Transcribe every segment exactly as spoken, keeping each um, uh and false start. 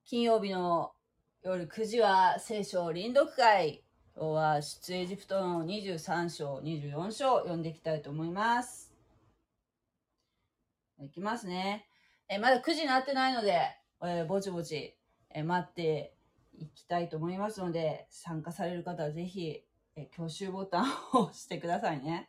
金曜日の夜くじは聖書臨読会。今日は出エジプトのにじゅうさん章、にじゅうよん章読んでいきたいと思います。いきますね。えまだくじになってないので、えーぼちぼち、え待っていきたいと思いますので、参加される方はぜひ、え挙手ボタンを押してくださいね。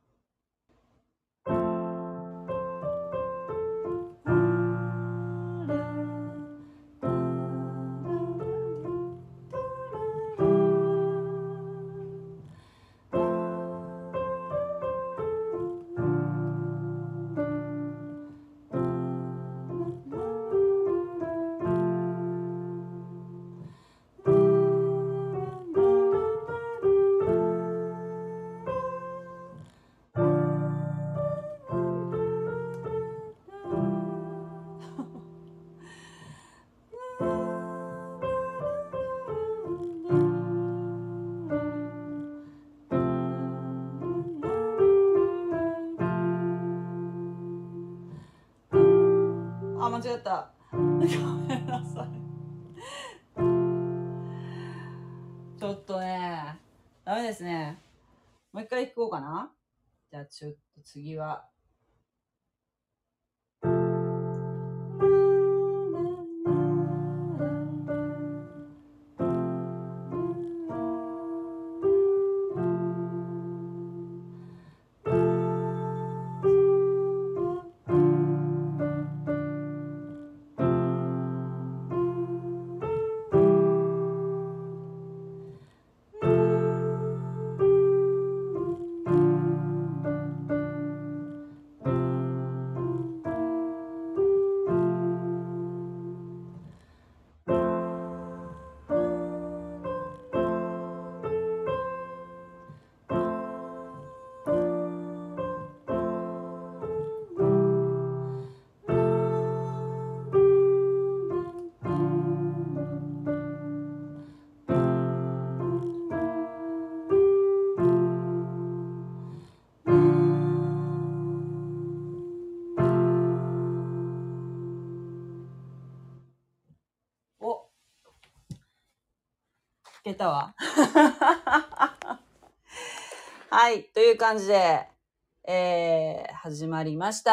あ、間違った。ごめんなさい。ちょっとね、ダメですね。もう一回弾こうかな。じゃあちょっと次は。お、弾けたわ。はい、という感じで、えー、始まりました。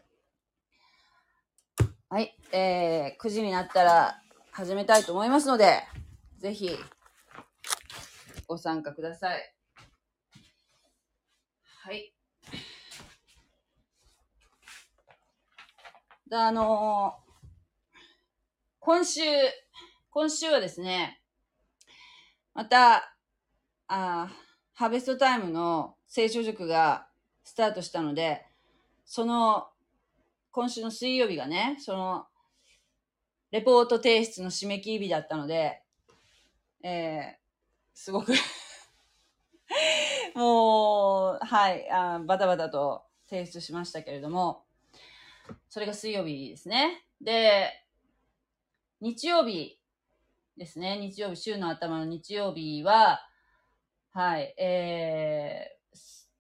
はい、えー、くじになったら始めたいと思いますので、ぜひご参加ください。はい。で、あのー、今週、今週はですね、また、あハーベストタイムの聖書塾がスタートしたので、その、今週の水曜日がね、その、レポート提出の締め切り日だったので、えー、すごくもう、はい、あバタバタと提出しましたけれども、それが水曜日ですね。で、日曜日ですね。日曜日、週の頭の日曜日は、はい、えー、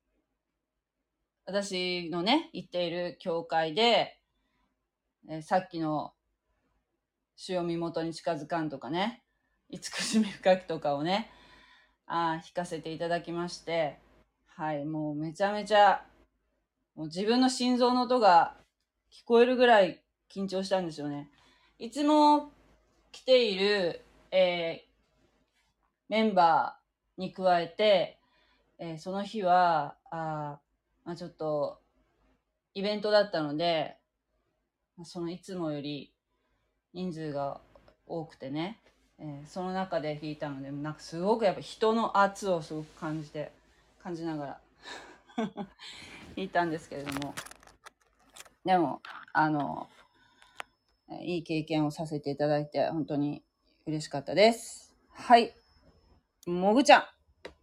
私のね、行っている教会で、えー、さっきの主を身元に近づかんとかね、慈しみ深きとかをね、あ弾かせていただきまして、はい、もうめちゃめちゃ、もう自分の心臓の音が聞こえるぐらい緊張したんですよね。いつも来ている、えー、メンバーに加えて、えー、その日は、あまあ、ちょっとイベントだったので、そのいつもより人数が多くてね、えー、その中で弾いたので、なんかすごくやっぱ人の圧をすごく感じて、感じながら弾いたんですけれども、でも、あの、いい経験をさせていただいて、本当に嬉しかったです。はい。もぐちゃん。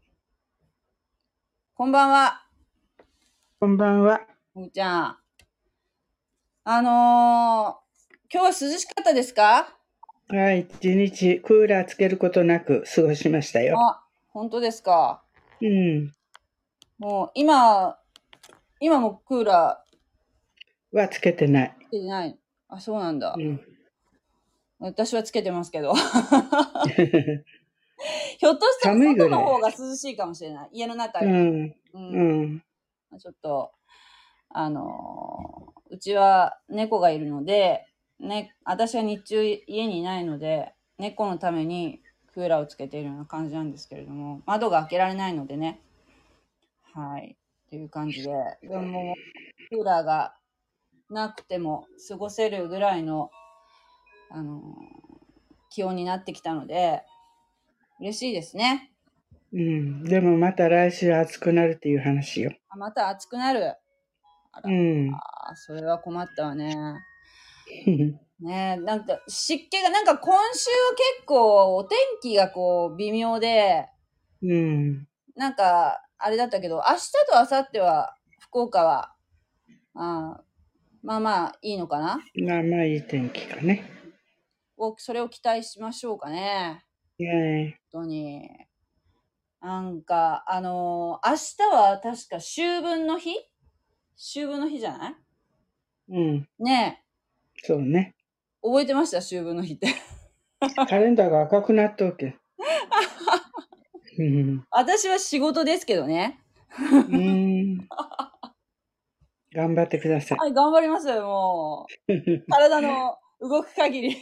こんばんは。 こんばんは。 もぐちゃん。あのー、今日は涼しかったですか？ はい、一日クーラーつけることなく過ごしましたよ。 あ、本当ですか。 うん。 もう今、今もクーラーはつけてない。 つけてない。あ、そうなんだ。 うん。 私はつけてますけど。ひょっとしたら外の方が涼しいかもしれない。家の中より。 うん。うん。 ちょっと、あのー、うちは猫がいるので、ね、私は日中家にいないので、猫のためにクーラーをつけているような感じなんですけれども、窓が開けられないのでね。はい。っていう感じで。でも、クーラーがなくても過ごせるぐらいの、あのー、気温になってきたので、嬉しいですね。 うん。でもまた来週暑くなるっていう話よ。 あ、また暑くなる。あら、 うん。 あ、それは困ったわね。ねえ、なんか湿気が、なんか今週は結構お天気がこう微妙で、 うん。 なんかあれだったけど、明日と明後日は福岡は、あまあまあいいのかな。 まあまあいい天気かね。 それを期待しましょうかね。 ね本当に。なんか、あのー、明日は確か秋分の日秋分の日じゃない？ うん。 ねえ。そうね。 覚えてました？秋分の日って。 カレンダーが赤くなっとけ。 私は仕事ですけどね。 うん。頑張ってください。 はい、頑張りますよ、もう。体の動く限り。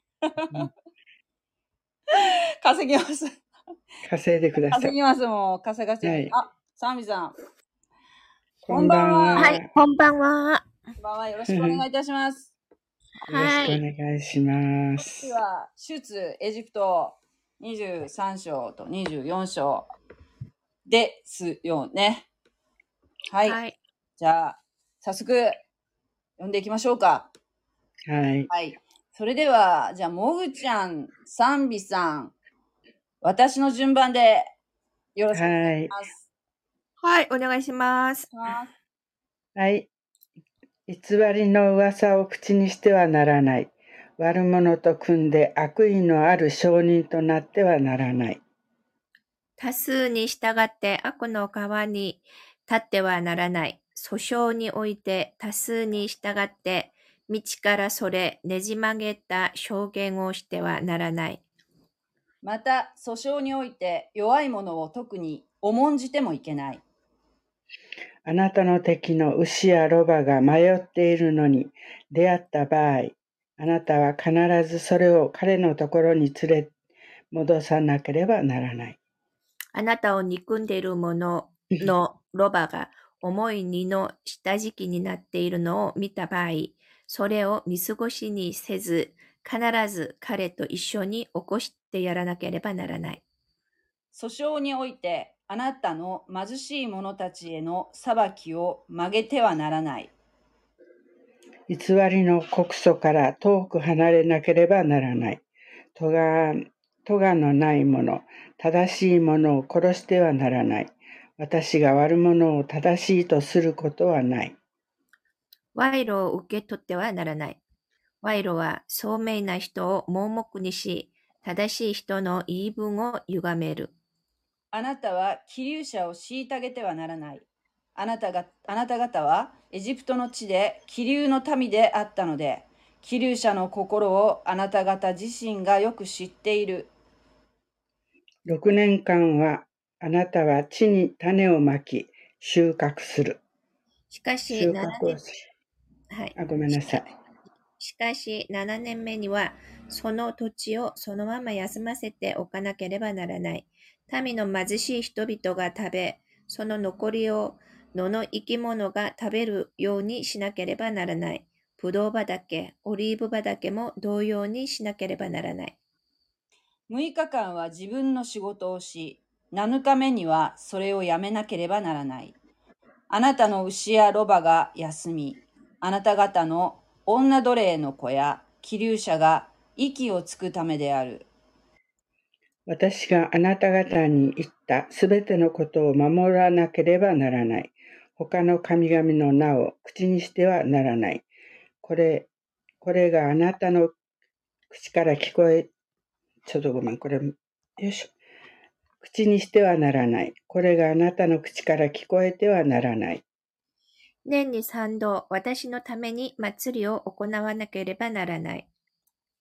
稼ぎます。 稼いでください。 稼ぎます、もう。稼がせて。 はい、 あ、サミさん。 こんばんは。 はい、こんばんは。 こんばんは。よろしくお願いいたします。 よろしくお願いします。 次は、出エジプトにじゅうさん章とにじゅうよん章ですよね。はい。はい、じゃあ、早速、読んでいきましょうか。 はい。 はい。それでは、じゃあ、もぐちゃん、サンビさん、私の順番でよろしくお願いします。 はい、はい、お願いします。 はい。偽りの噂を口にしてはならない。悪者と組んで悪意のある証人となってはならない。 多数に従って悪の川に立ってはならない。訴訟において多数に従って道からそれねじ曲げた証言をしてはならない。 また訴訟において弱い者を特に重んじてもいけない。 あなたの敵の牛やロバが迷っているのに出会った場合、あなたは必ずそれを彼のところに連れ戻さなければならない。 あなたを憎んでいる者のロバが重い荷の下敷きになっているのを見た場合、それを見過ごしにせず、必ず彼と一緒に起こしてやらなければならない。 訴訟においてあなたの貧しい者たちへの裁きを曲げてはならない。 偽りの告訴から遠く離れなければならない。とが、とがのない者、正しい者を殺してはならない。私が悪者を正しいとすることはない。 賄賂を受け取ってはならない。賄賂は聡明な人を盲目にし、正しい人の言い分を歪める。 あなたは寄留者を虐げてはならない。あなたが、あなた方はエジプトの地で寄留の民であったので、寄留者の心をあなた方自身がよく知っている。 六年間はあなたは地に種をまき、収穫する。 しかし、 収穫をする。 はい。 あ、ごめんなさい。 しかし、ななねんめには、その土地をそのまま休ませておかなければならない。民の貧しい人々が食べ、その残りを野の生き物が食べるようにしなければならない。ブドウ畑、オリーブ畑も同様にしなければならない。 むいかかんは自分の仕事をし、なのかめにはそれをやめなければならない。あなたの牛やロバが休み、あなた方の女奴隷の子や寄留者が息をつくためである。 私があなた方に言ったすべてのことを守らなければならない。他の神々の名を口にしてはならない。これ、これがあなたの口から聞こえ、ちょっとごめん、これ、よいしょ。口にしてはならない。これがあなたの口から聞こえてはならない。 年に三度、私のために祭りを行わなければならない。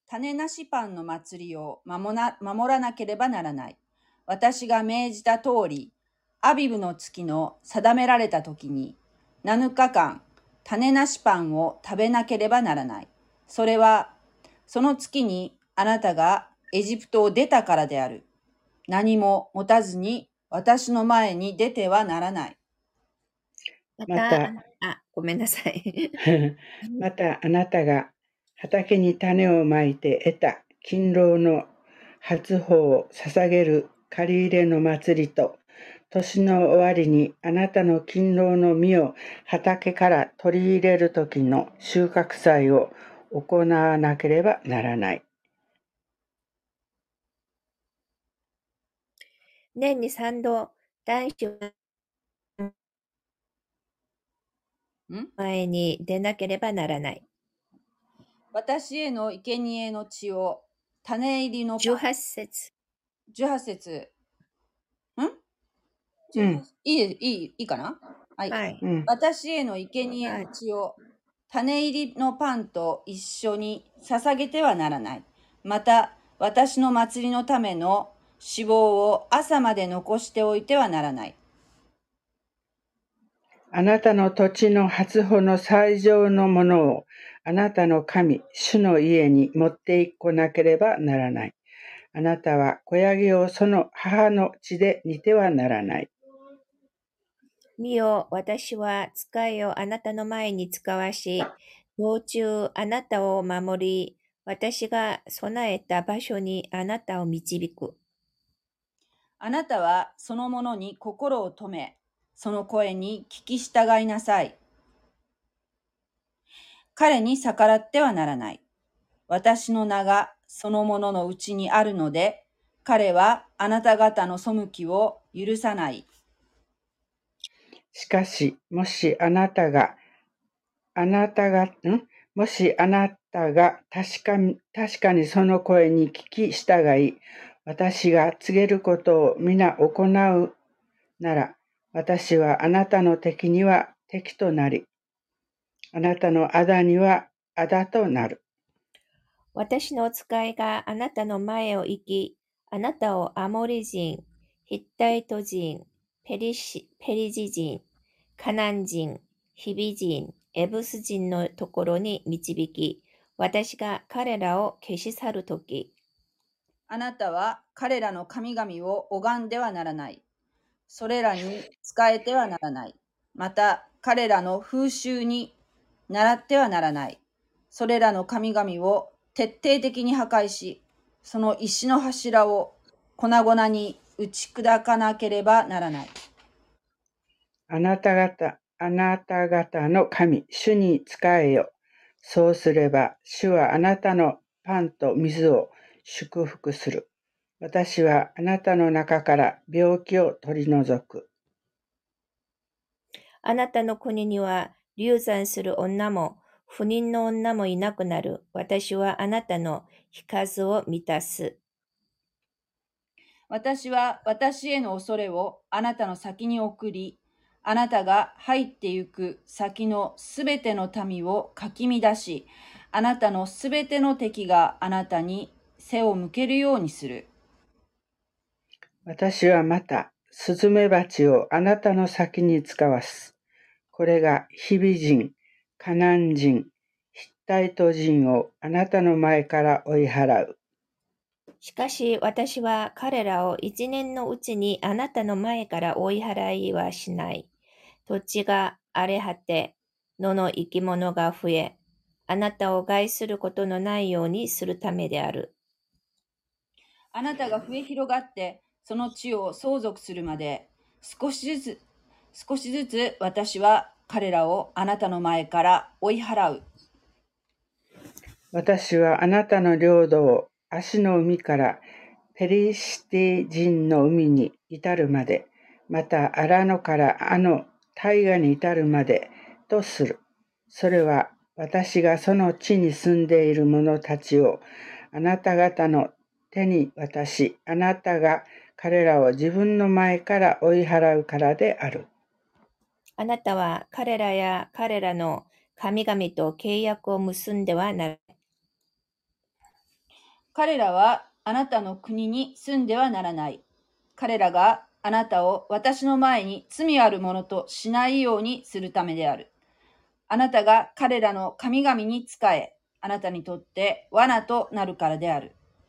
種なしパンの祭りを守な守らなければならない。私が命じた通り、アビブの月の定められた時に、なのかかん、種なしパンを食べなければならない。それは、その月にあなたがエジプトを出たからである。何も持たずに私の前に出てはならない。 ままた、 た、 あ、ごめんなさい。 またあなたが畑に種をまいて得た勤労の初穂を捧げる借り入れの祭りと、年の終わりにあなたの勤労の実を畑から取り入れる時の収穫祭を行わなければならない。 年に三度、男子はん前に出なければならない。 私への生贄の血を種入りのパンじゅうはち節。 じゅうはち節。んうじゅうはちん、 いい、いい、いいかなはい。 はい。 うん。 私への生贄の血を種入りのパンと一緒に捧げてはならない。また、私の祭りのための脂肪を朝まで残しておいてはならない。 あなたの土地の初穂の最上のものをあなたの神、主の家に持っていこなければならない。あなたは子ヤギをその母の血で煮てはならない。 見よ、私は使いをあなたの前に使わし、道中あなたを守り、私が備えた場所にあなたを導く。 あなたはそのものに心を留め、その声に聞き従いなさい。彼に逆らってはならない。私の名がそのもののうちにあるので、彼はあなた方の背きを許さない。 しかし、もしあなたが、あなたが、んもしあなたが確かに、確かにその声に聞き従い、私が告げることを皆行うなら、私はあなたの敵には敵となり、あなたの仇には仇となる。 私の使いがあなたの前を行き、あなたをアモリ人、ヒッタイト人、ペリシペリジ人、カナン人、ヒビ人、エブス人のところに導き、私が彼らを消し去るとき、 あなたは彼らの神々を拝んではならない。それらに仕えてはならない。また彼らの風習に倣ってはならない。それらの神々を徹底的に破壊し、その石の柱を粉々に打ち砕かなければならない。 あなた方、あなた方の神、主に仕えよ。そうすれば、主はあなたのパンと水を祝福する。私はあなたの中から病気を取り除く。 あなたの国には流産する女も不妊の女もいなくなる。私はあなたの日数を満たす。 私は私への恐れをあなたの先に送り、あなたが入ってゆく先のすべての民をかき乱し、あなたのすべての敵があなたに背を向けるようにする。 私はまた、スズメバチをあなたの先に使わす。これがヒビ人、カナン人、ヒッタイト人をあなたの前から追い払う。 しかし私は彼らを一年のうちにあなたの前から追い払いはしない。土地が荒れ果て、野の生き物が増え、あなたを害することのないようにするためである。 あなたが増え広がって、その地を相続するまで、少しずつ、少しずつ私は彼らをあなたの前から追い払う。 私はあなたの領土を足の海からペリシテ人の海に至るまで、またアラノからあの大河に至るまでとする。それは私がその地に住んでいる者たちをあなた方の手に渡し、あなたが彼らを自分の前から追い払うからである。 あなたは彼らや彼らの神々と契約を結んではならない。 彼らはあなたの国に住んではならない。彼らがあなたを私の前に罪あるものとしないようにするためである。あなたが彼らの神々に仕え、あなたにとって罠となるからである。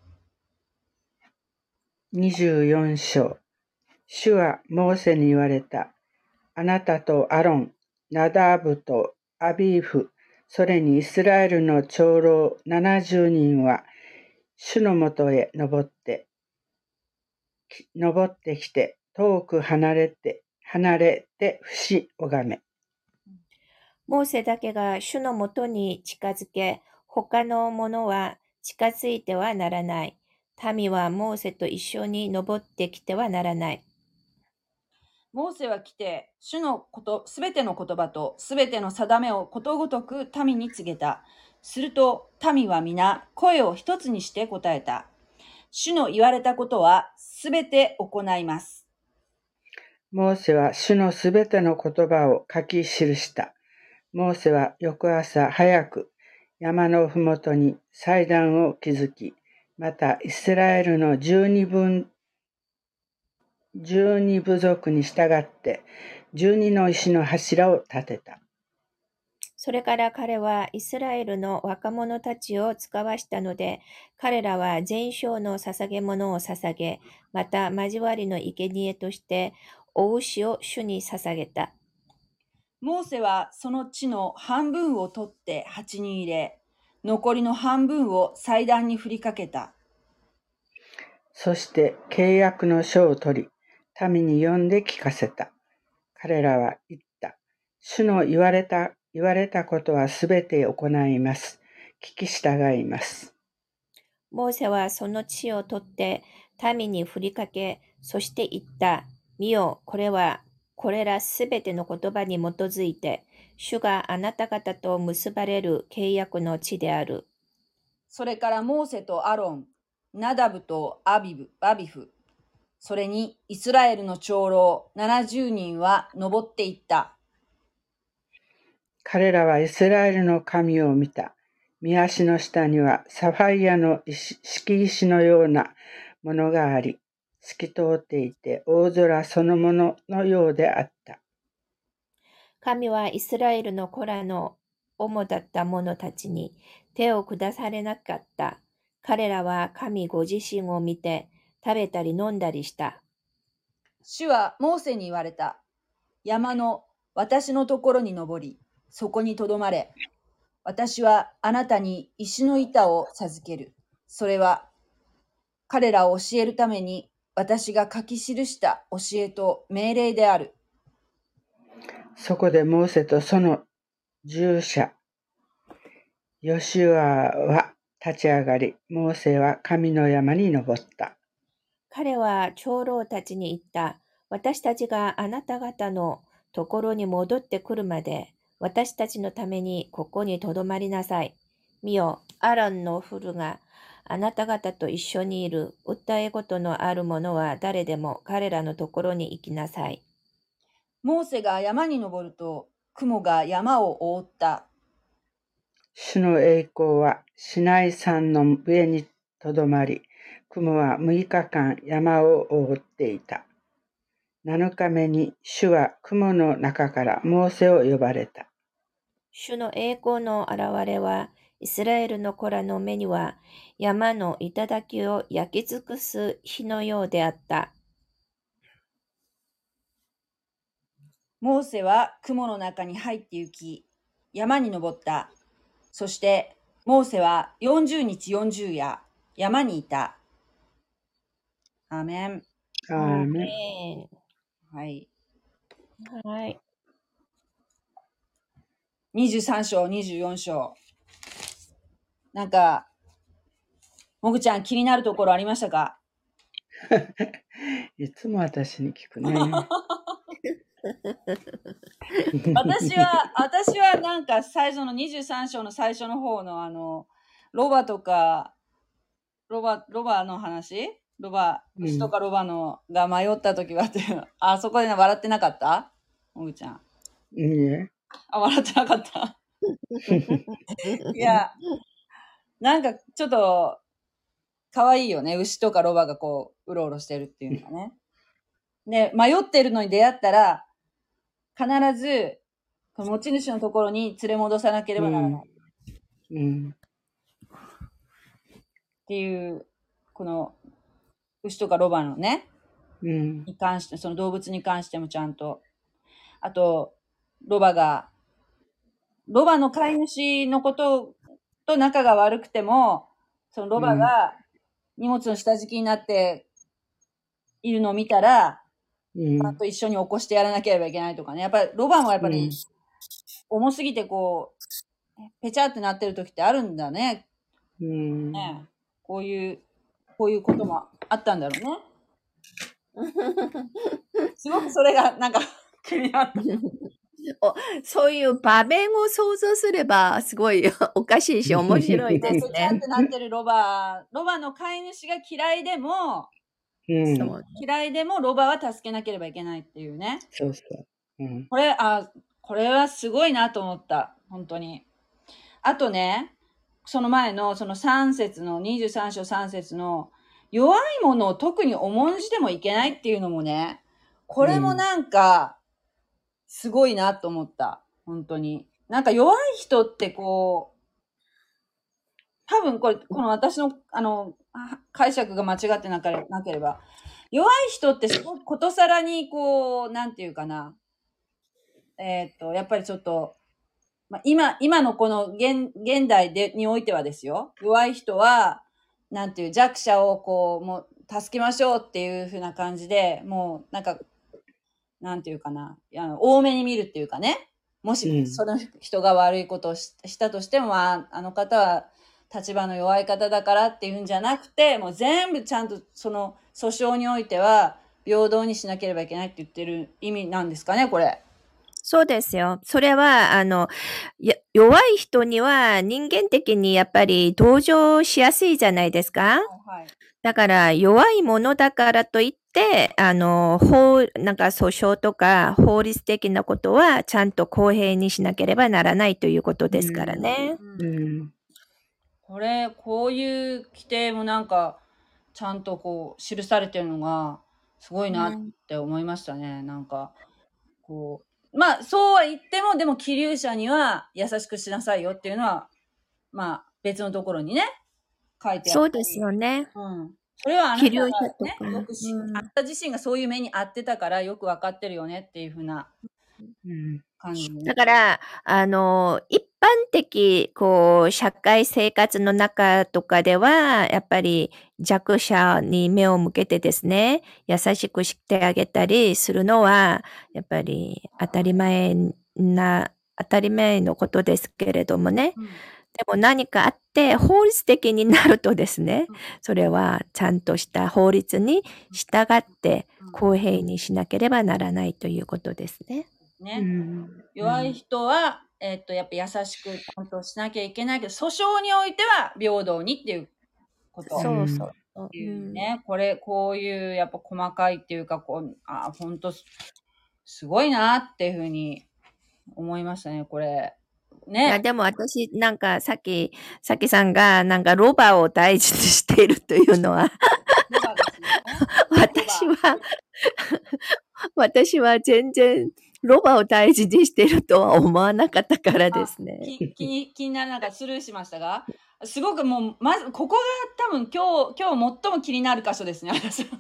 にじゅうよん章。主はモーセに言われた。あなたとアロン、ナダーブとアビーフ、それにイスラエルの長老ななじゅうにんは、主のもとへ登って、登ってきて、遠く離れて、離れて伏し拝め。 モーセだけが主のもとに近づけ、他の者は近づいてはならない。民はモーセと一緒に登ってきてはならない。 モーセは来て、主のこと、すべての言葉とすべての定めをことごとく民に告げた。すると民は皆声を一つにして答えた。主の言われたことはすべて行います。 モーセは主のすべての言葉を書き記した。モーセは翌朝早く山のふもとに祭壇を築き、またイスラエルの十二分、十二部族に従って十二の石の柱を立てた。 それから彼はイスラエルの若者たちを使わしたので、彼らは全焼の捧げ物を捧げ、また交わりの生贄としてお牛を主に捧げた。 モーセはその地の半分を取って鉢に入れ、残りの半分を祭壇に振りかけた。 そして契約の書を取り、民に読んで聞かせた。彼らは言った。主の言われた、言われたことはすべて行います。聞き従います。 モーセはその地を取って民に振りかけ、そして言った。見よ、これはこれらすべての言葉に基づいて、主があなた方と結ばれる契約の地である。 それからモーセとアロン、ナダブとアビブ、アビフ、それにイスラエルの長老ななじゅうにんは登っていった。 彼らはイスラエルの神を見た。御足の下にはサファイアの石敷石のようなものがあり、透き通っていて大空そのもののようであった。 神はイスラエルの子らの主だった者たちに手を下されなかった。彼らは神ご自身を見て食べたり飲んだりした。 主はモーセに言われた。山の私のところに登り、そこにとどまれ。私はあなたに石の板を授ける。それは彼らを教えるために私が書き記した教えと命令である。 そこでモーセとその従者、ヨシュアは立ち上がり、モーセは神の山に登った。 彼は長老たちに言った。私たちがあなた方のところに戻ってくるまで、私たちのためにここにとどまりなさい。見よ、アロンのフルがあなた方と一緒にいる。訴え事のある者は誰でも彼らのところに行きなさい。 モーセが山に登ると、雲が山を覆った。 主の栄光はシナイ山の上にとどまり、雲はむいかかん山を覆っていた。なのかめに主は雲の中からモーセを呼ばれた。 主の栄光の現れは、イスラエルの子らの目には山の頂を焼き尽くす火のようであった。 モーセは雲の中に入って行き、山に登った。そして、モーセはよんじゅうにちよんじゅう夜、山にいた。アーメン。 アーメン。 メはい。 ン。はい。 にじゅうさん章、にじゅうよん章。なんか、もぐちゃん気になるところありましたか？ いつも私に聞くね。 私は、私はなんか最初のにじゅうさん章の最初の方のあの、ロバとか、ロバ、ロバの話ロバ、牛とかロバのが迷った時はっていう、あそこで、ね、笑ってなかったもぐちゃん。 いいえ。 あ、笑ってなかった。いや、なんかちょっと、 かわいいよね。牛とかロバがこう、うろうろしてるっていうのがね。で、迷ってるのに出会ったら、必ず、この持ち主のところに連れ戻さなければならない。 うん。 っていう、この、牛とかロバのね、 うん。 に関して、その動物に関してもちゃんと。あと、ロバが、ロバの飼い主のことと仲が悪くても、そのロバが荷物の下敷きになっているのを見たら、 うん。 ちゃんと一緒に起こしてやらなければいけないとかね。やっぱりロバもやっぱり、 うん重すぎてこう、ペチャってなってる時ってあるんだね。 うん。 ねこういう、こういうこともあったんだろうね。すごくそれがなんか気になった。 そういう場面を想像すれば、すごいおかしいし面白いですペチャっね。 てなってるロバ、ロバの飼い主が嫌いでも、 うん。 そう嫌いでもロバは助けなければいけないっていうね。 そうそう。うん。 これ、あ、これはすごいなと思った。本当に。あとね、その前のそのさん節のにじゅうさん章さん節の弱いものを特に重んじてもいけないっていうのもね、これもなんかすごいなと思った。本当に。なんか弱い人ってこう、多分これ、この私のあの解釈が間違ってなければ、なければ弱い人ってすごくことさらにこう、なんていうかな。えっと、やっぱりちょっと、まあ、今、今のこの現、現代で、においてはですよ。弱い人は、なんていう、弱者をこう、もう、助けましょうっていう風な感じで、もう、なんか、なんていうかな、あの多めに見るっていうかね。もし、 うんその人が悪いことをししたとしても、まあ、あの方は、立場の弱い方だからっていうんじゃなくて、もう全部ちゃんと、その、訴訟においては、平等にしなければいけないって言ってる意味なんですかね、これ。 そうですよ。それは、あの、や弱い人には人間的にやっぱり同情しやすいじゃないですか。 はいはい。 だから弱いものだからといって、あの、法、なんか訴訟とか法律的なことはちゃんと公平にしなければならないということですからね。 うんうん。 これ、こういう規定もなんか、ちゃんとこう、記されてるのが、すごいなって思いましたね。なんか、こう、まあ、そうは言っても、でも、気流者には優しくしなさいよっていうのは、まあ、別のところにね、書いてあそうですよね。 うん。それはあなた気流が者とね、 か。 よくし、 うんあなた自身がそういう目に遭ってたから、よくわかってるよねっていうふうなうん。 感じに。 だから、あの、一般的、こう、社会生活の中とかでは、やっぱり弱者に目を向けてですね、優しくしてあげたりするのは、やっぱり当たり前な、当たり前のことですけれどもね。 うんでも何かあって法律的になるとですねうん、 それはちゃんとした法律に従ってうん公平にしなければならないということですね。 ね。 うん。 弱い人は、えっと、やっぱ優しくちゃんとしなきゃいけないけど、訴訟においては平等にっていうこと。 そうそう。 っていうね、これ、こういうやっぱ細かいっていうか、こう、あ、ほんと、すごいなっていうふうに思いましたね、これ。 いやね。 でも私なんかさっき、さきさんがなんかロバを大事にしているというのは、 ロバですよね。 私は、私は全然ロバを大事にしているとは思わなかったからですね。 き気に気にならなんかスルーしましたが、すごくもう、まず、ここが多分今日、今日最も気になる箇所ですね、私。 い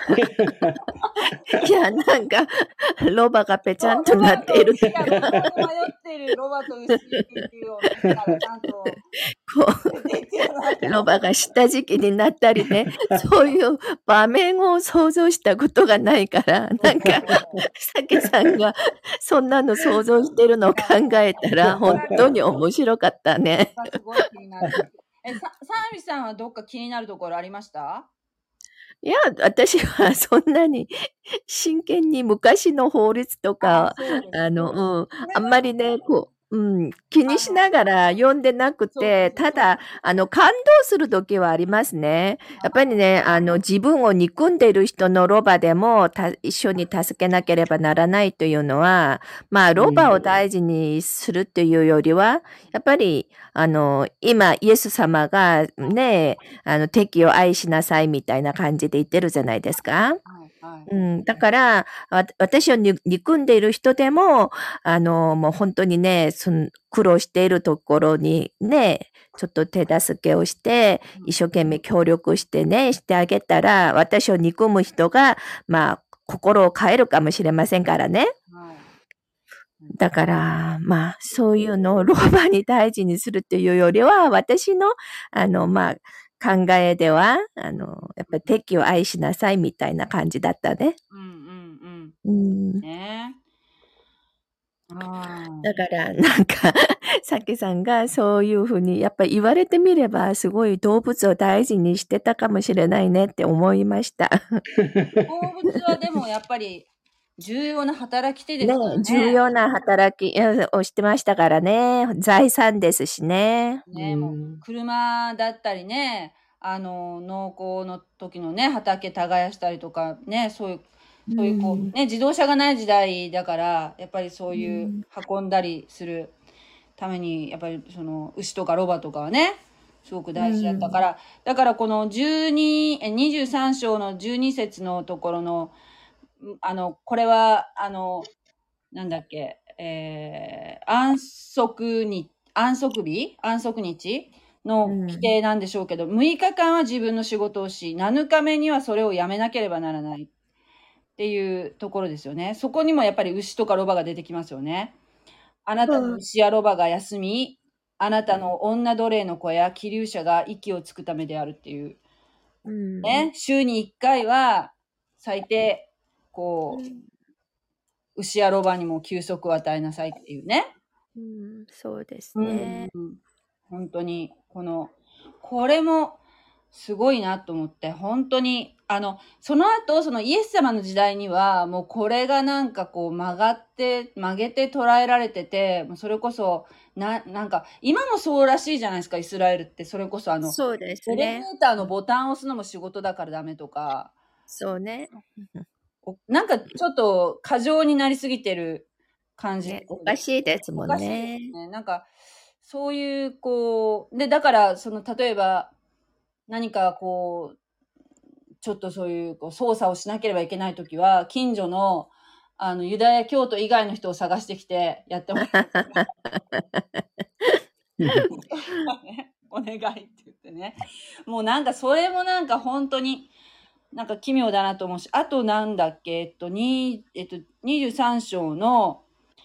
や、なんか、ロバがぺちゃんとなっているといや、ここで迷ってるロバと牛っていうを見たら、ちゃんと、 こう、ロバが下敷きになったりね、そういう場面を想像したことがないから、なんか、さきさんがそんなの想像してるのを考えたら、本当に面白かったね。 すごい気になる。え、さ、サーミさんはどっか気になるところありました？ いや、私はそんなに真剣に昔の法律とか、あの、うん、あんまりね、こう、 うん、気にしながら読んでなくて、ただ、あの、感動する時はありますね。やっぱりね、あの、自分を憎んでいる人のロバでも、た一緒に助けなければならないというのは、まあ、ロバを大事にするというよりは、やっぱり、あの、今、イエス様がね、あの、敵を愛しなさいみたいな感じで言ってるじゃないですか。 はいはい。 うん、だから、わ私をに憎んでいる人でも、あの、もう本当にね、その苦労しているところにね、ちょっと手助けをして、一生懸命協力してね、してあげたら、私を憎む人が、まあ、心を変えるかもしれませんからね。 はい。 だから、まあ、そういうのをロバに大事にするというよりは、私の、あの、まあ、考えでは、あの、やっぱり敵を愛しなさいみたいな感じだったね。 うんうんうん。 うん。ねああ。 だから、なんか、さきさんがそういうふうに、やっぱり言われてみれば、すごい動物を大事にしてたかもしれないねって思いました。 動物はでもやっぱり重要な働き手ですからね、 ね。 重要な働きえをしてましたからね。財産ですしね。 ね、もう車だったりね、あの、農耕の時のね、畑耕したりとかね、そういう、そういうこう、ね、自動車がない時代だから、やっぱりそういう運んだりするために、やっぱりその牛とかロバとかはね、すごく大事だったから、だからこのじゅうに、えにじゅうさん章のじゅうに節のところの、んあの、これは、あの、なんだっけ、えー、安息に、安息日安息日の規定なんでしょうけど、むいかかんは自分の仕事をし、なのかめにはそれをやめなければならないっていうところですよね。そこにもやっぱり牛とかロバが出てきますよね。あなたの牛やロバが休み、あなたの女奴隷の子や気流者が息をつくためであるっていう。 うん。 ね、週にいっかいは最低、こう、牛やロバにも休息を与えなさいっていうね。 うん、そうですうんね。 うん、本当に、この、これもすごいなと思って、本当に、あの、その後、そのイエス様の時代には、もうこれがなんかこう曲がって、曲げて捉えられてて、もうそれこそ、な、なんか、今もそうらしいじゃないですか、イスラエルって。それこそあの、 そうですエレベね。 ーターのボタンを押すのも仕事だからダメとか、 そうね。 おなんかちょっと過剰になりすぎてる感じですね、 けどおかしいですもんおかしいですね。 ね。なんか、そういう、こう、で、だから、その、例えば、何かこう、ちょっとそういう、こう、操作をしなければいけないときは、近所の、あの、ユダヤ教徒以外の人を探してきて、やってもらお願いって言ってね。もうなんか、それもなんか本当に、なんか奇妙だなと思うし、あとなんだっけ、えっと、に、えっと、にじゅうさん章の、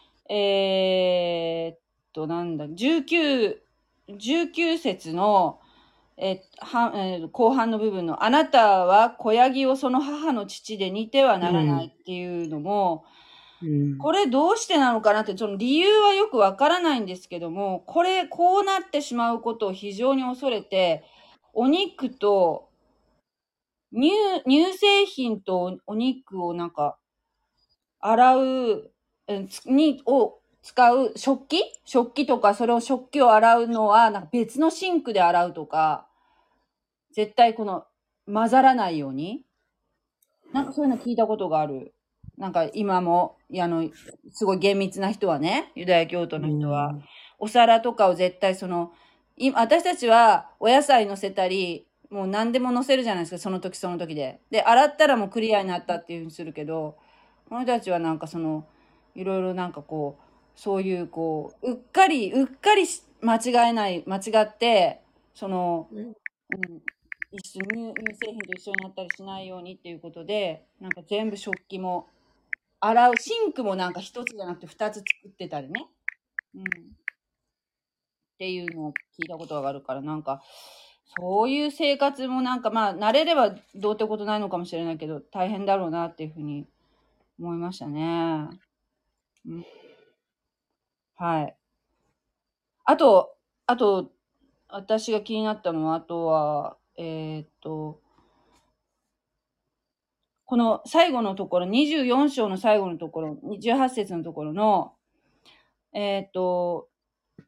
えーっと、なんだ、じゅうきゅう、じゅうきゅう節の、えはえー後半の部分の、あなたは子ヤギをその母の父で似てはならないっていうのも、これどうしてなのかなって、その理由はよくわからないんですけども、これ、こうなってしまうことを非常に恐れて、お肉と、乳、乳製品とお肉をなんか、洗う、うんつに、を使う食器食器とか、それを食器を洗うのは、なんか別のシンクで洗うとか、絶対この、混ざらないように。なんかそういうの聞いたことがある。なんか今も、あの、すごい厳密な人はね、ユダヤ教徒の人は、お皿とかを絶対その、い私たちはお野菜乗せたり、もう何でも乗せるじゃないですか、その時その時で。で、洗ったらもうクリアになったっていうふうにするけど、この人たちはなんかその、いろいろなんかこう、そういうこう、うっかり、うっかりし間違えない、間違って、その、うん、一緒に乳製品と一緒になったりしないようにっていうことで、なんか全部食器も洗う、シンクもなんか一つじゃなくて二つ作ってたりね。うん。っていうのを聞いたことがあるから、なんか、そういう生活もなんかまあ、慣れればどうってことないのかもしれないけど、大変だろうなっていうふうに思いましたね。うん、はい。あと、あと、私が気になったのは、あとは、えー、っと、この最後のところ、にじゅうよん章の最後のところ、じゅうはち節のところの、えっと、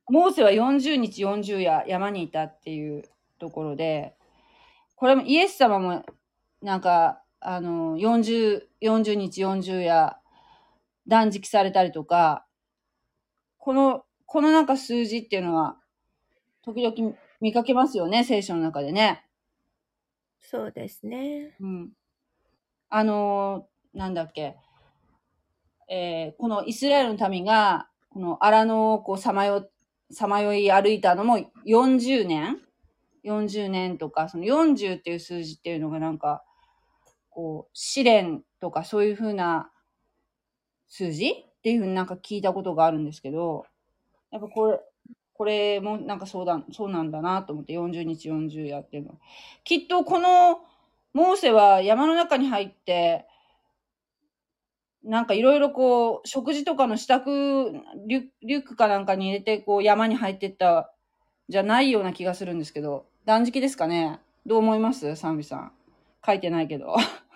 モーセはよんじゅうにちよんじゅう夜山にいたっていうところで、これもイエス様もなんか、あの、よんじゅう、よんじゅうにちよんじゅう夜断食されたりとか、この、このなんか数字っていうのは、時々見かけますよね、聖書の中でね。 そうですね。 うん。あのーなんだっけ、えーこのイスラエルの民が、この荒野をこうさまよ、さまよい歩いたのもよんじゅうねん ?よんじゅう 年とか、そのよんじゅうっていう数字っていうのがなんか、こう、試練とかそういう風な数字っていう風になんか聞いたことがあるんですけど、やっぱこれ、これもなんかそうだ、そうなんだなと思ってよんじゅうにちよんじゅう夜っていうのは。きっとこのモーセは山の中に入って、なんかいろいろこう、食事とかの支度、リュリュックかなんかに入れてこう山に入ってったじゃないような気がするんですけど、断食ですかね？どう思います？賛美さん。書いてないけど。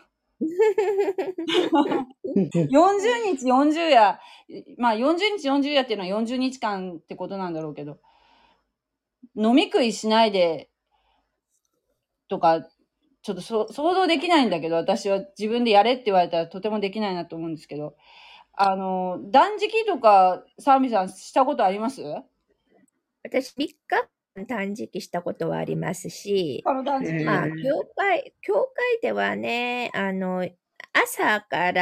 よんじゅうにちよんじゅう夜、まあよんじゅうにちよんじゅう夜っていうのはよんじゅうにちかんってことなんだろうけど、飲み食いしないでとか、ちょっとそ想像できないんだけど、私は自分でやれって言われたらとてもできないなと思うんですけど、あの、断食とか、サーミさんしたことあります？ 私、みっかかん断食したことはありますし、 あの断食。 まあ、 え教会、教会ではね、あの、朝から、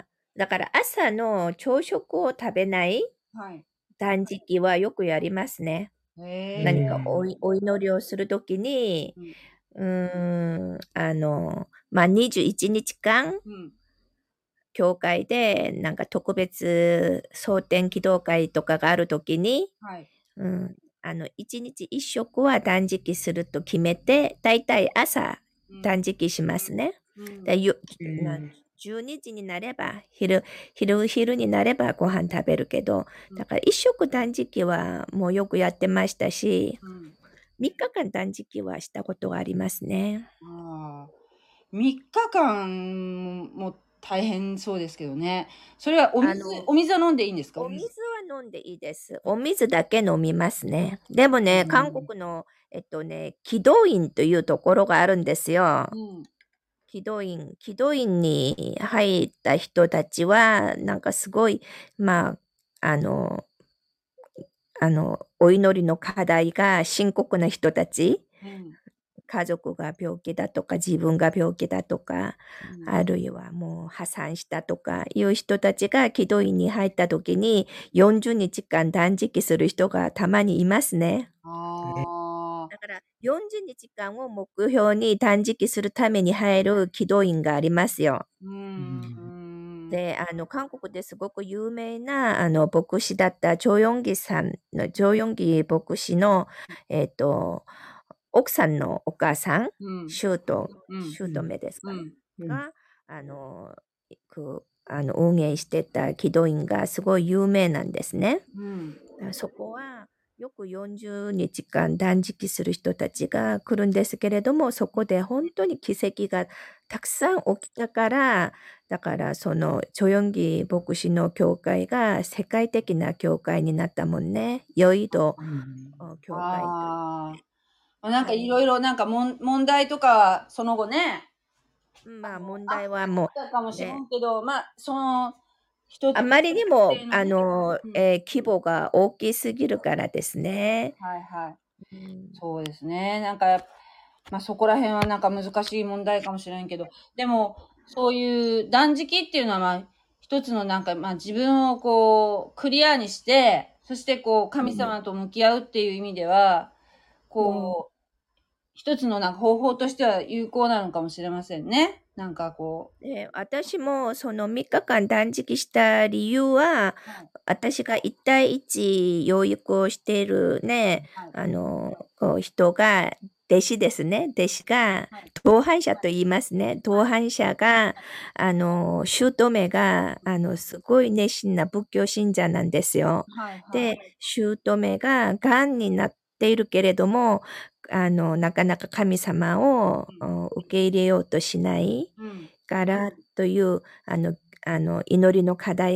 だから朝の朝食を食べないはい。 断食はよくやりますね。 へ何かえ。 おいお祈りをするときに、 うん。 うーん、あの、まあ、にじゅういちにちかん、 うん。 教会でなんか特別蒼天祈祷会とかがあるときに、 はい。 うん、あの、いちにちいっ食は断食すると決めて、だいたい朝うん。 断食しますね。 うん。 でよなーじゅうにじになれば、昼、昼、昼になればご飯食べるけど、だから一食断食はもうよくやってましたし、 うん。 みっかかん断食はしたことがありますね。 ああ。みっかかんも大変そうですけどね。それはお水、 あの、 お水は飲んでいいんですか？ お水は飲んでいいです。お水だけ飲みますね。でもね、 うん韓国の、えっとね、祈祷院というところがあるんですよ。 うん。 祈祷院、祈祷院に入った人たちは、なんかすごい、まあ、あの、あの、お祈りの課題が深刻な人たち、 うん。 家族が病気だとか、自分が病気だとか、 うん。 あるいはもう破産したとかいう人たちが祈祷院に入った時によんじゅうにちかん断食する人がたまにいますね。 ああ。 だからよんじゅうにちかんを目標に断食するために入る祈祷院がありますよ。 うーん。 で、あの、韓国ですごく有名な、あの、牧師だったチョヨンギさんの、チョヨンギ牧師の、えっと、奥さんのお母さん、 うん。 シュート、 うん。 シュート目ですかね、 うん。 うんが、あの、くあの運営してた祈祷院がすごい有名なんですね。 うん。 だからそこはよくよんじゅうにちかん断食する人たちが来るんですけれども、そこで本当に奇跡がたくさん起きたから、だからそのチョヨンギ牧師の教会が世界的な教会になったもんね。ヨイドうんお教会という。 ああ。なんかいろいろなんかもん問題とかはその後ね、 まあ問あ題はもったかもうね、 しれんけど、まあ、その、一つあまりにも、 っていうのねあの、 うんえー規模が大きすぎるからですね。 はいはい。 うんそうですね。なんか、まあそこら辺はなんか難しい問題かもしれんけど、でも、そういう断食っていうのはまあ、一つのなんか、まあ自分をこう、クリアにして、そしてこう、神様と向き合うっていう意味では、こう、一つのなんか方法としては有効なのかもしれませんね。なんかこで私もそのみっかかん断食した理由は、 はい私がいち対いち養育をしているね、 はいあの、こう人が、弟子ですね。弟子がはい、 同伴者と言いますね。同伴者が、あの、姑が、あの、すごい熱心な仏教信者なんですよ。 う、はいはい。 で、姑が癌になっているけれども、あの、なかなか神様をうん受け入れようとしないうん。 からという、あの、あの、祈りの課題があっ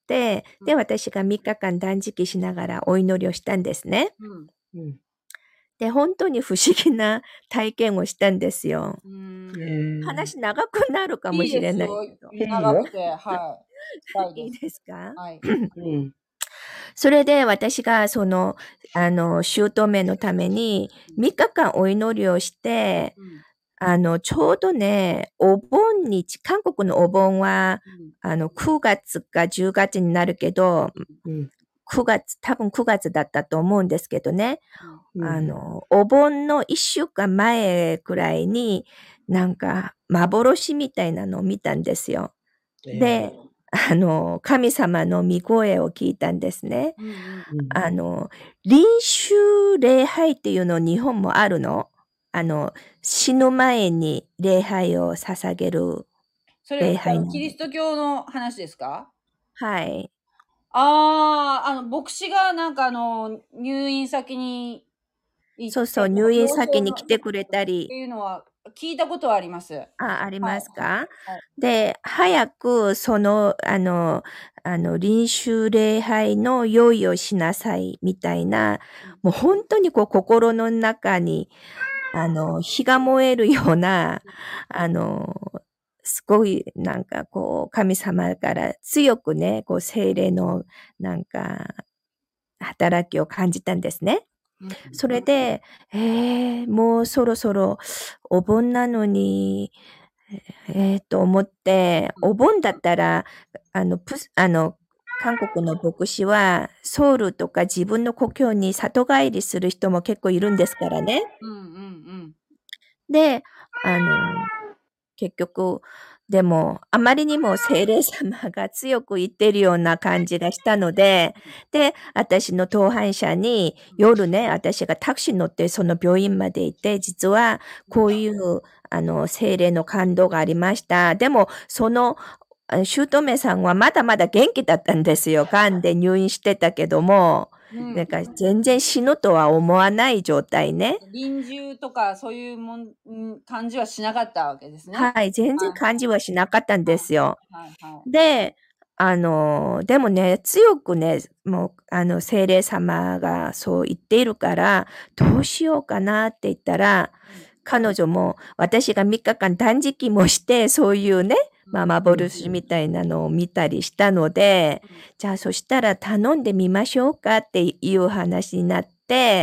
て、で、 うん。 私がみっかかん断食しながらお祈りをしたんですね。 うん。 うん。 で、本当に不思議な体験をしたんですよ。 うーん。 えー、 話長くなるかもいいしれですよ。 ないけど。 いいよ。 長くて、はい。したいいいです。 ですか？ はい。 うん。 それで私がその、あの、姑のためにみっかかんお祈りをして、 うん。 あの、ちょうどね、お盆にち、韓国のお盆は、 うん。 あの、くがつかじゅうがつになるけど、 うん。 くがつ、多分くがつだったと思うんですけどね。 うん。 うん。 あの、お盆のいっしゅうかんまえくらいに、なんか、幻みたいなのを見たんですよ。 えで、あの、神様の御声を聞いたんですね。 うん。うん。 ー、うん。 あの、臨終礼拝っていうの日本もあるの。あの、死ぬ前に礼拝を捧げるそれ、あの、 礼拝なんで。 キリスト教の話ですか？ はい。 ああ、あの、牧師がなんかあの、入院先に行って、 そうそう、入院病床先にの来てくれたってり、 いうのは聞いたことはあります。はい。 あ、ありますか？ はい。 で、早くその、あの、あの、臨終礼拝の用意をしなさいみたいな、もう本当にこう心の中に、あの、火が燃えるような、あの、すごいなんかこう神様から強くね、こう聖霊のなんか働きを感じたんですね。 うん。 それで、えー、もうそろそろお盆なのに、えー、と思って、お盆だったら、あの、プス、あの、韓国の牧師は、ソウルとか自分の故郷に里帰りする人も結構いるんですからね。 うん。うん。うん。 で、あの、結局、でも、あまりにも聖霊様が強く言ってるような感じがしたので、で、私の同伴者に、夜ね、私がタクシー乗ってその病院まで行って、実はこういう、あの、聖霊の感動がありました。でも、その、あ姑さんはまだまだ元気だったんですよ。癌で入院してたけども、 うん。 なんか全然死ぬとは思わない状態ね。 臨終とかそういうもん、ん感じはしなかったわけですね。 はい、全然感じはしなかったんですよ。 はいはい。 で、あの、でもね、強くね、もう、あの、聖霊様がそう言っているから、どうしようかなって言ったら、彼女も私がみっかかん断食もして、そういうね、まあ、幻みたいなのを見たりしたので、じゃあそしたら頼んでみましょうかっていう話になって、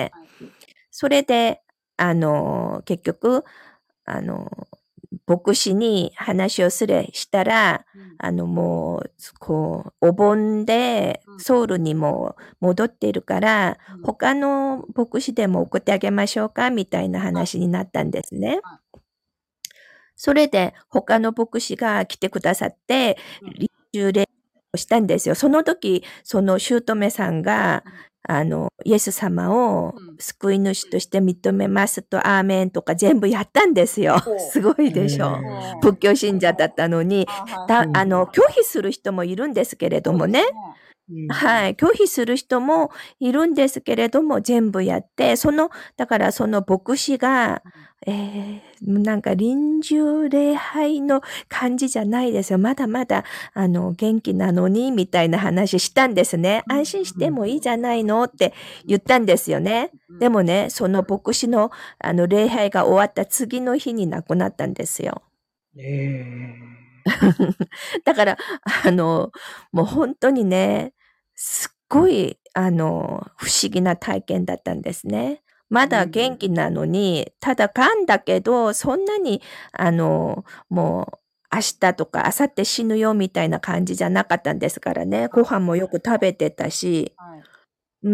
それで、あの、結局、あの、牧師に話をすれしたら、 うん。 あの、もう、こう、お盆でうん。 ソウルにも戻っているから、 うん。 他の牧師でも送ってあげましょうかみたいなはい。 話になったんですね。 はい。 それで他の牧師が来てくださって、 うん。 臨終礼をしたんですよ。その時、その姑さんが、 うん。 あの、イエス様をうん。 救い主として認めますと、アーメンとか全部やったんですよ。 ほう。 すごいでしょ。 うん。 仏教信者だったのに、 あ、はいた、 はい。 あの、拒否する人もいるんですけれどもね。 そうですね。 うん。 はい。拒否する人もいるんですけれども、全部やって、その、だからその牧師が、 うん。 えー、なんか臨終礼拝の感じじゃないですよ。まだまだ、あの、元気なのに、みたいな話したんですね。 うん。 安心してもいいじゃないのって言ったんですよね。 うん。 でもね、その牧師の、あの、礼拝が終わった次の日に亡くなったんですよ。 えだから、あの、もう本当にね、すっごい、あの、不思議な体験だったんですね。まー、うん。 だ元気なのに、ただ癌だけど、そんなに、あの、もう、明日とか明後日死ぬよみたいな感じじゃなかったんですからね。ご飯もよく食べてたし、 はい。 うん。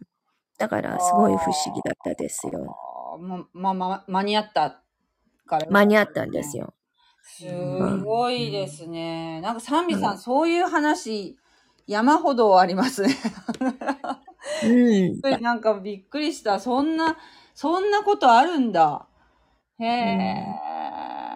だかあら、すごい不思議だったですよ。 あ、ま、ま、ま、間に合ったからよかっ間に合ったたですね。 んですよ。 すうん。 ごいですね。なんかサンビうん。 さん、そういう話、山ほどありますね。 うん。 でなんかびっくりした。そんな、そんなことあるんだ。へうん。 え、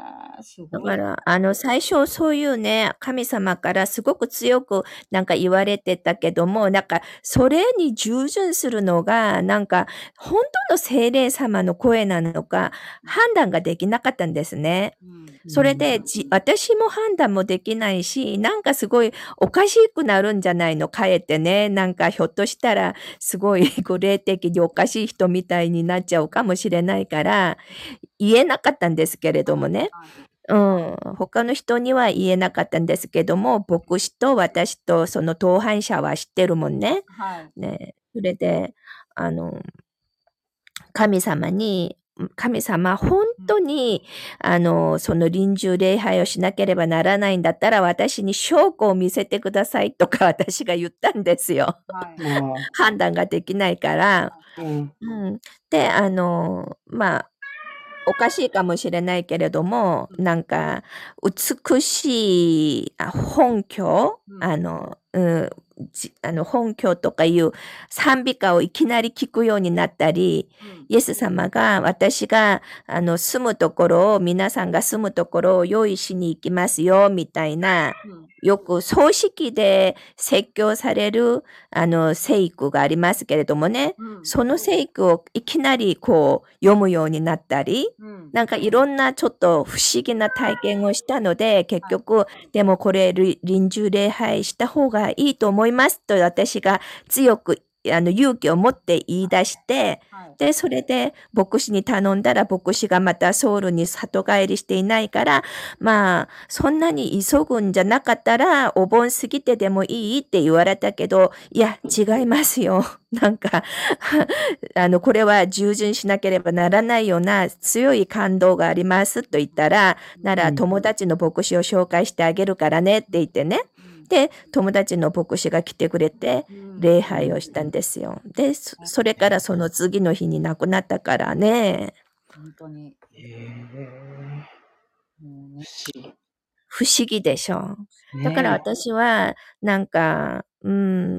すだごい。 から、あの、最初そういうね、神様からすごく強くなんか言われてたけども、なんか、それに従順するのが、なんか、本当の聖霊様の声なのか、判断ができなかったんですね。 うん。 それで、じ、私も判断もできないし、なんかすごいおかしくなるんじゃないのかえってね。なんかひょっとしたら、すごいこう霊的におかしい人みたいになっちゃうかもしれないから、言えなかったんですけれどもね。 はい。 うん、他の人には言えなかったんですけども、牧師と私とその同伴者は知ってるもんね。 はい。 ね、それで、あの、神様に、神様、本当に、あの、その臨終礼拝をしなければならないんだったら、私に証拠を見せてくださいとか私が言ったんですよ。 はい。 ああ、 判断ができないから。 うん、 うん。で、あの、まあ、おかしいかもしれないけれども、なんか、美しいあ本教、 うんあの、うん、じあの本教とかいう賛美歌をいきなり聞くようになったり、 うん。 イエス様が私があの住むところを、皆さんが住むところを用意しに行きますよ、みたいな、 うん。 よく葬式で説教されるあの聖句がありますけれどもね、 うん。 その聖句をいきなりこう読むようになったり、 うん。 なんかいろんなちょっと不思議な体験をしたので、結局、でもこれり臨終礼拝した方がいいと思いますと私が強くあの勇気を持って言い出して、 はい。 で、それで牧師に頼んだら牧師がまたソウルに里帰りしていないから、まあ、そんなに急ぐんじゃなかったらお盆過ぎてでもいいって言われたけど、いや、違いますよ。なんか、あの、これは従順しなければならないような強い感動がありますと言ったら、なら友達の牧師を紹介してあげるからねって言ってね。で、友達の牧師が来てくれて、礼拝をしたんですよ。で、そそれからその次の日に亡くなったからね。 本当に。 ええ、 もうね。 不思議。 不思議でしょ。だからね私は、なんか、うん、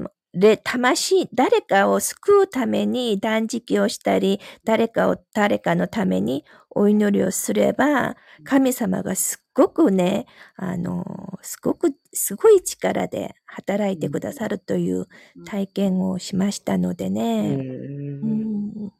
で、魂、誰かを救うために断食をしたり、誰かを、誰かのためにお祈りをすれば、神様がすっごくね、あの、すごく、すごい力で働いてくださるという体験をしましたのでえ。 ね。うえん、 ね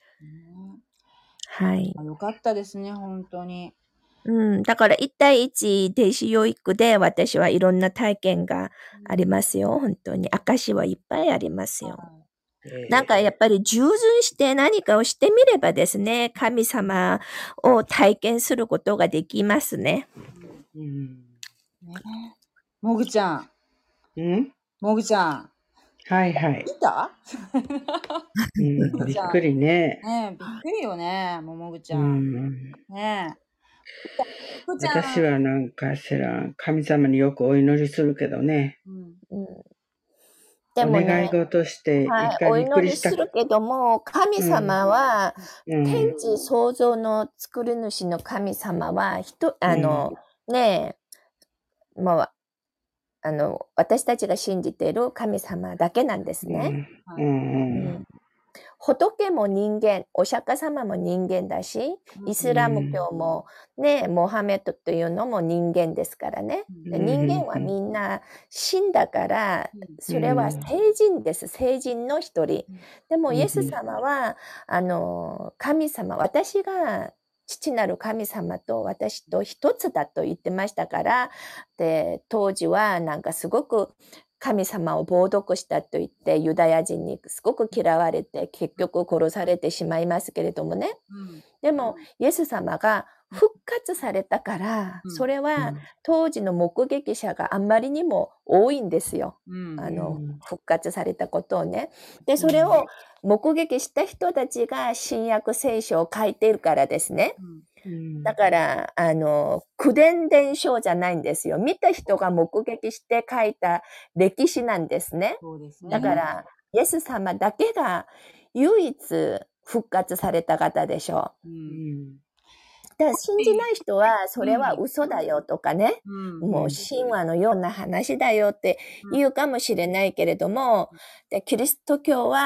はい。 あよかったですね、本当に。 うん、だから一対一弟子養育で私はいろんな体験がありますよ。本当に。証はいっぱいありますよ。 はえ。 なんかやっぱり従順して何かをしてみればですね、神様を体験することができますね。 うん。 い。ねもぐちゃん、 うんもぐちゃん、 はいはい。 見たうん、びっくりね。 ねえ、びっくりよね、ももぐちうゃん。 ん。 ねえ。もぐちゃん。 私はなんかしら、神様によくお祈りするけどね。 うん。 うん、でおもね、 願い事してはい、 一回おびっくりした。 祈りするけども、神様は、 うん。 天地創造の作り主の神様は、人、あの、ねえ、もう、あの、私たちが信じている神様だけなんですね。 うん。うん。 うん仏も人間、お釈迦様も人間だし、イスラム教もね、モハメドというのも人間ですからね。で人間はみんな死んだから、それは聖人です。聖人の一人。でもイエス様は、あの、神様、私が父なる神様と私と一つだと言ってましたから、で、当時はなんかすごく神様を冒涜したと言ってユダヤ人にすごく嫌われて結局殺されてしまいますけれどもね。 うん。 でもイエス様が復活されたから、 うんそれは当時の目撃者があんまりにも多いんですよ。 うん。 あの、復活されたことをね。で、それを目撃した人たちが新約聖書を書いているからですね。 うん。 だから、あの、口伝伝承じゃないんですよ。見た人が目撃して書いた歴史なんですね。 そうですね。 だから、イエス様だけが唯一復活された方でしょう。 う。 うんん。 だから信じない人は、それは嘘だよとかね、 うん。 もう神話のような話だよって言うかもしれないけれども、でキリスト教は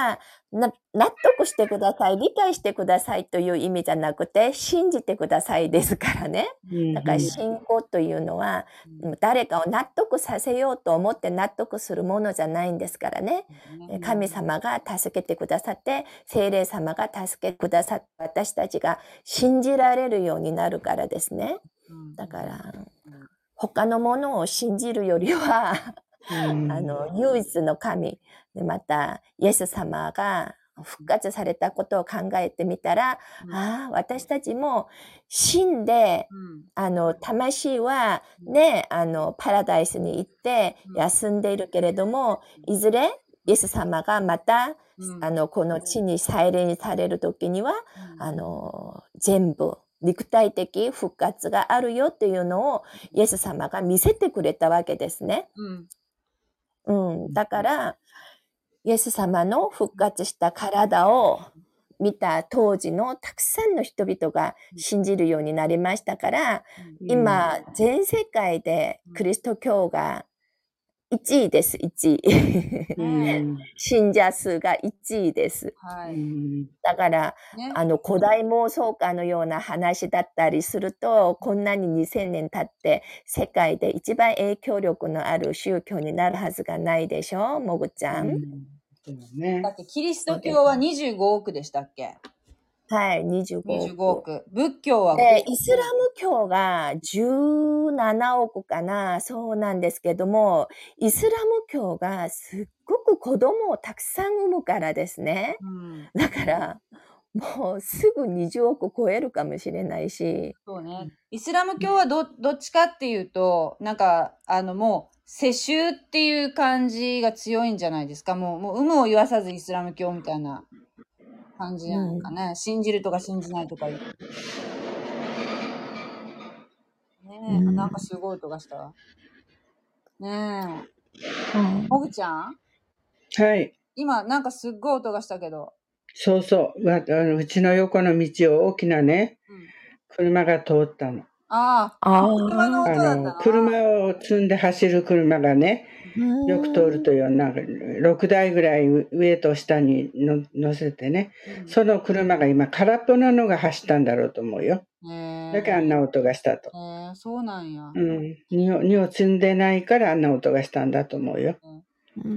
な納得してください、理解してくださいという意味じゃなくて、信じてくださいですからね。だから信仰というのは、誰かを納得させようと思って納得するものじゃないんですからね。神様が助けてくださって、聖霊様が助けてくださって、私たちが信じられるようになるからですね。だから、他のものを信じるよりは、あの、唯一の神、また、イエス様が復活されたことを考えてみたら、うん、ああ、私たちも死んで、うん、あの、魂はね、あの、パラダイスに行って休んでいるけれども、いずれイエス様がまた、うん、あの、この地に再臨される時には、うん、あの、全部、肉体的復活があるよっていうのをイエス様が見せてくれたわけですね。うんうん、だから、イエス様の復活した体を見た当時のたくさんの人々が信じるようになりましたから、今、全世界でキリスト教がいちいです、いちい。信者数がいちいです。はい、だから、ね、あの、古代妄想家のような話だったりすると、こんなににせんねん経って、世界で一番影響力のある宗教になるはずがないでしょ、もぐちゃん。うんね、だってキリスト教はにじゅうごおくでしたっけ？ はい、にじゅうごおく。 にじゅうごおく。仏教はで、イスラム教がじゅうななおくかな、そうなんですけども、イスラム教がすっごく子供をたくさん産むからですね。うん、だから、もうすぐにじゅうおく超えるかもしれないし。 そうね。イスラム教はど、どっちかっていうと、なんか、あのもう、世襲っていう感じが強いんじゃないですか。もう、もう有無を言わさずイスラム教みたいな感じなんかね。うん、信じるとか信じないとか言う。ねえ、うん、なんかすごい音がしたわ。ねえ。もぐちゃん？ はい。 今、なんかすっごい音がしたけど。 そうそう。あのうちの横の道を大きなね、うん、車が通ったの。 ああ、車の音だったの？ あの、車を積んで走る車がね、よく通るという、なんかろくだいぐらい上と下にの乗せてね、うん、その車が今空っぽなのが走ったんだろうと思うよ。だからあんな音がしたと。 へえ、そうなんや。 うん。荷を、荷を積んでないからあんな音がしたんだと思うよ。うん、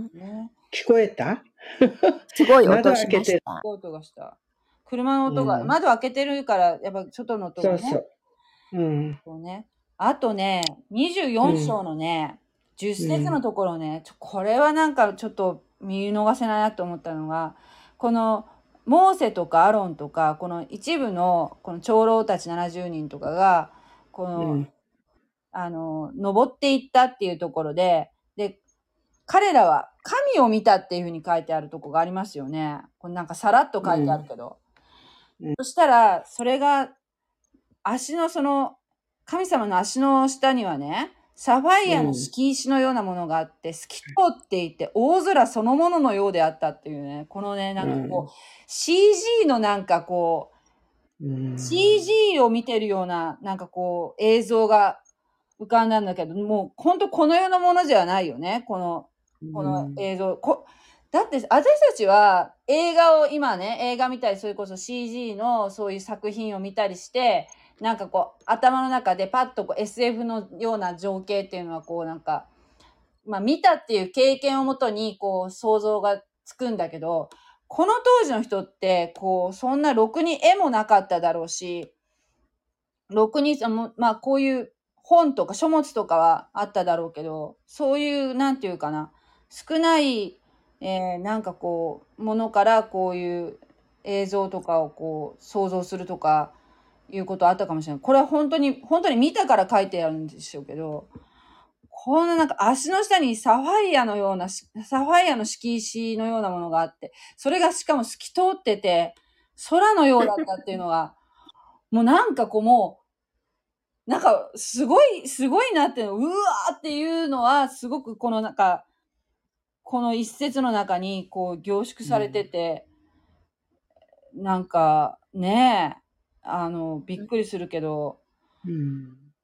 ね、聞こえた？ すごい音しました。すごい音がした。車の音が、うん、窓開けてるから、やっぱ外の音がね。 そうそう。うん。 そうね。あとね、にじゅうよん章のね、うん、じゅっ節のところね、ちょこれはなんかちょっと見逃せないなと思ったのが、このモーセとかアロンとか、この一部のこの長老たちななじゅうにんとかが、この、うん、あの、登っていったっていうところで、で、彼らは神を見たっていうふうに書いてあるとこがありますよね。これなんかさらっと書いてあるけど。うん、そしたら、それが、足のその、神様の足の下にはね、サファイアの敷石のようなものがあって、透き通っていて、大空そのもののようであったっていうね、このね、なんかこう、うん、シージー のなんかこう、うん、シージー を見てるような、なんかこう、映像が浮かんだんだけど、もう本当この世のものじゃないよね、この、この映像。こだって私たちは映画を今ね、映画見たり、それこそ シージー のそういう作品を見たりして、なんかこう頭の中でパッとこう エスエフ のような情景っていうのはこうなんか、まあ見たっていう経験をもとにこう想像がつくんだけど、この当時の人ってこうそんなろくに絵もなかっただろうし、ろくに、まあこういう本とか書物とかはあっただろうけど、そういうなんていうかな、少ない、えー、なんかこうものからこういう映像とかをこう想像するとかいうことあったかもしれない。これは本当に本当に見たから書いてあるんでしょうけど、こんななんか足の下にサファイアのようなサファイアの敷石のようなものがあって、それがしかも透き通ってて空のようだったっていうのがもうなんかこうもうなんかすごいすごいなっていうの、うわーっていうのはすごくこのなんかこの一節の中にこう凝縮されてて、うん、なんかねえあのびっくりするけど、うん、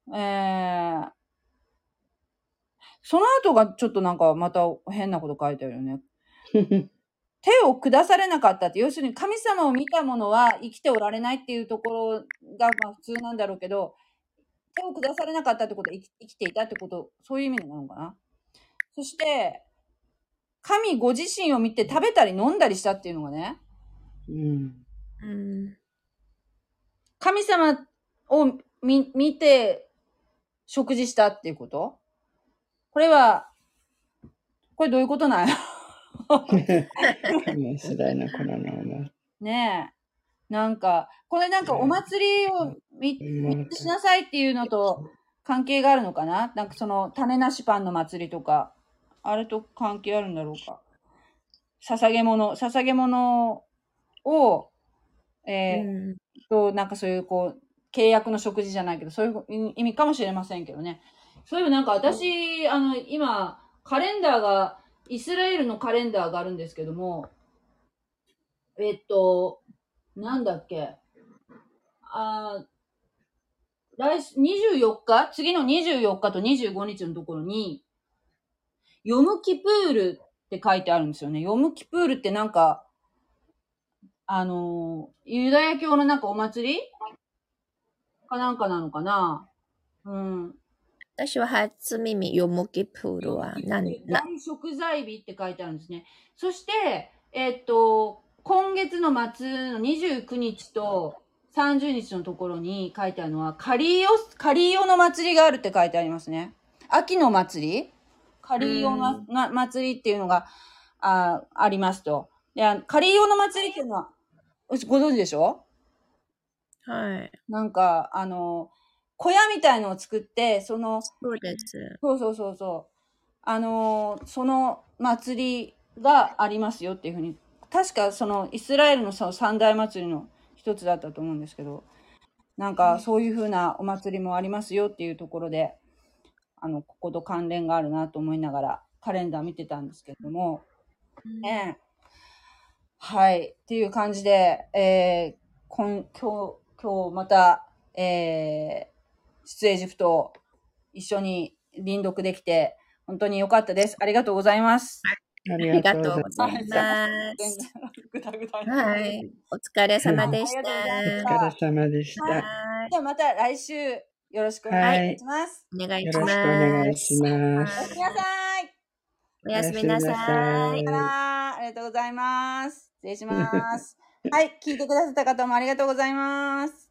えー、その後がちょっとなんかまた変なこと書いてあるよね。 手を下されなかったって、要するに神様を見た者は生きておられないっていうところがまあ普通なんだろうけど、手を下されなかったってことは生き生きていたってこと、そういう意味なのかな。そして、神ご自身を見て食べたり飲んだりしたっていうのがね、 うん。 うん。 神様を見見て食事したっていうこと。これは、これどういうことなんや面白いな、この名前。 ねえ。なんか、これなんかお祭りをみうんしなさいっていうのと関係があるのかな。なんかその種なしパンの祭りとか、あれと関係あるんだろうか。捧げ物、捧げ物を、えーうん。 と、なんかそういうこう、契約の食事じゃないけど、そういう意味かもしれませんけどね。そういうなんか私、あの、今、カレンダーが、イスラエルのカレンダーがあるんですけども、えっと、なんだっけ。あ来週、にじゅうよっか次のにじゅうよっかとにじゅうごにちのところに、ヨムキプールって書いてあるんですよね。ヨムキプールってなんか、あの、ユダヤ教のなんかお祭りかなんかなのかな。うん。 私は初耳、ヨムキプールは何な、 大食材日って書いてあるんですね。そして、えっと、今月の末のにじゅうくにちとさんじゅうにちのところに書いてあるのは、カリオ、カリオの祭りがあるって書いてありますね。秋の祭りカリオのな祭りっていうのがあありますと。で、カリオの祭りっていうのは、ご存知でしょ？ はい。 なんか、あの、小屋みたいのを作って、その、 そうです。 そうそうそうそう。あの、その祭りがありますよっていうふうに、確かそのイスラエルのその三大祭りの一つだったと思うんですけど、なんかそういうふうなお祭りもありますよっていうところで、あの、ここと関連があるなと思いながらカレンダー見てたんですけれども、ねえ、はい。っていう感じで、えー、今今日、今日また、えー、出エジプトを一緒に輪読できて、本当に良かったです。ありがとうございます。 あありりがとうがとうごございざます。 います。 ぐだぐだに。 はい。お疲れ様でしありがとうございました。 お疲れ様でした。 はい。 じゃあまた来週よろしくお願はいい。 します。 お願いよしまろしくお願いしす。 まおやす。 すみなさい。 おやすみなさおやすみなさい。 い。 さよなら。ありがとうございます。失礼します。はい。聞いてくださった方もありがとうございます。